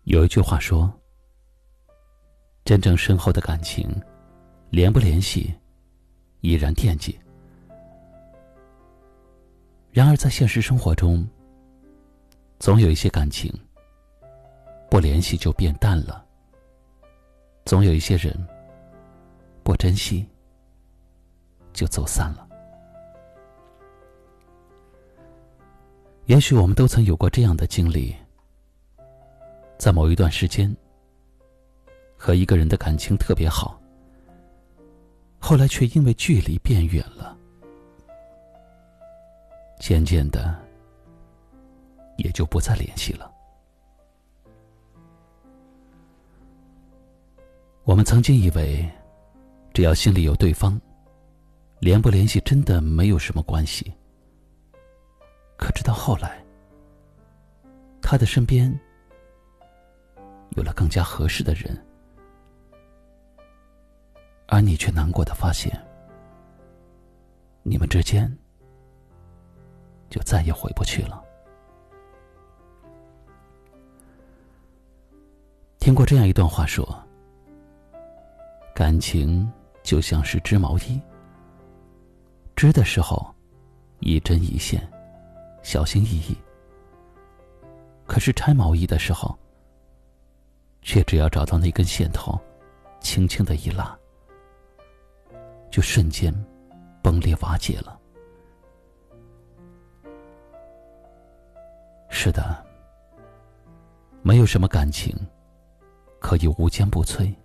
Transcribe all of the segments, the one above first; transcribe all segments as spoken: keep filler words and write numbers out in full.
有一句话说，真正深厚的感情，联不联系，依然惦记。然而在现实生活中，总有一些感情，不联系就变淡了；总有一些人，不珍惜就走散了。也许我们都曾有过这样的经历，在某一段时间，和一个人的感情特别好，后来却因为距离变远了，渐渐的也就不再联系了。我们曾经以为，只要心里有对方，联不联系真的没有什么关系。可直到后来，他的身边有了更加合适的人，而你却难过地发现，你们之间就再也回不去了。听过这样一段话说，感情就像是织毛衣，织的时候一针一线，小心翼翼，可是拆毛衣的时候，却只要找到那根线头，轻轻的一拉，就瞬间崩裂瓦解了。是的，没有什么感情可以无坚不摧。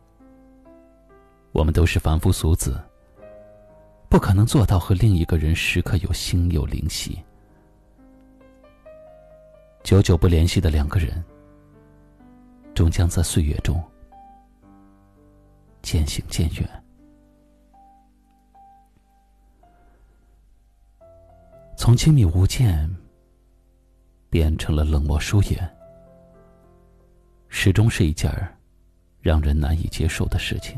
我们都是凡夫俗子，不可能做到和另一个人时刻有心有灵犀。久久不联系的两个人，终将在岁月中渐行渐远。从亲密无间变成了冷漠疏远，始终是一件儿让人难以接受的事情。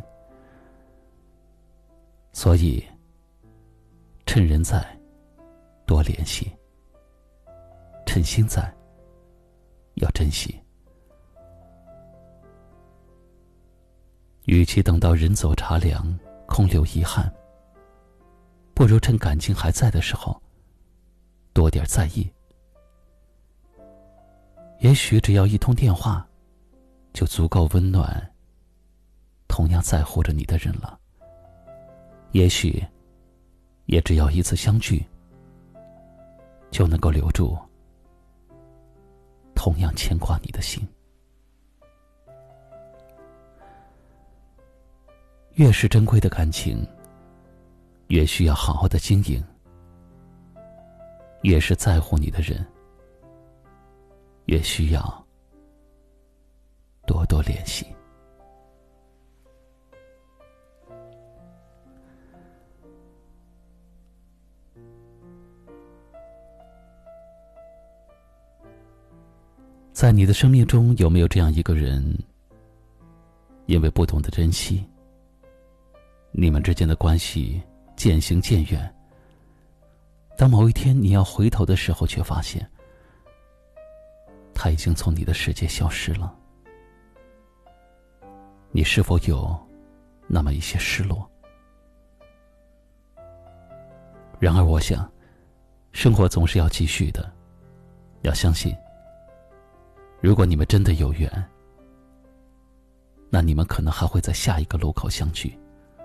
所以趁人在多联系，趁心在要珍惜。与其等到人走茶凉，空留遗憾，不如趁感情还在的时候多点在意。也许只要一通电话，就足够温暖同样在乎着你的人了。也许也只要一次相聚，就能够留住同样牵挂你的心。越是珍贵的感情，越需要好好的经营；越是在乎你的人，越需要多多联系。在你的生命中，有没有这样一个人，因为不懂得珍惜，你们之间的关系渐行渐远，当某一天你要回头的时候，却发现他已经从你的世界消失了。你是否有那么一些失落？然而我想，生活总是要继续的，要相信，如果你们真的有缘，那你们可能还会在下一个路口相聚。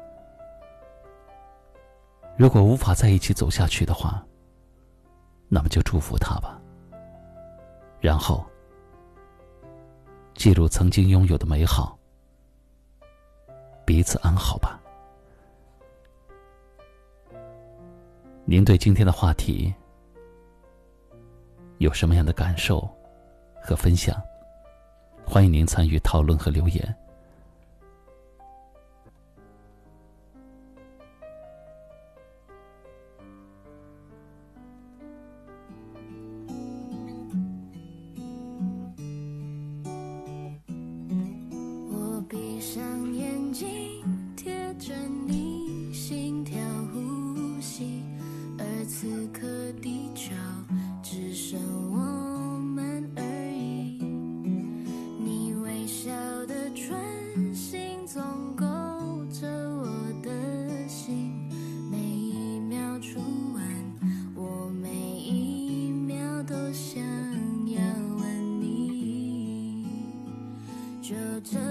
如果无法在一起走下去的话，那么就祝福他吧，然后记录曾经拥有的美好，彼此安好吧。您对今天的话题有什么样的感受和分享？欢迎您参与讨论和留言。 我闭上眼睛，贴着你心跳呼吸，而此刻地球只剩我们而已。你着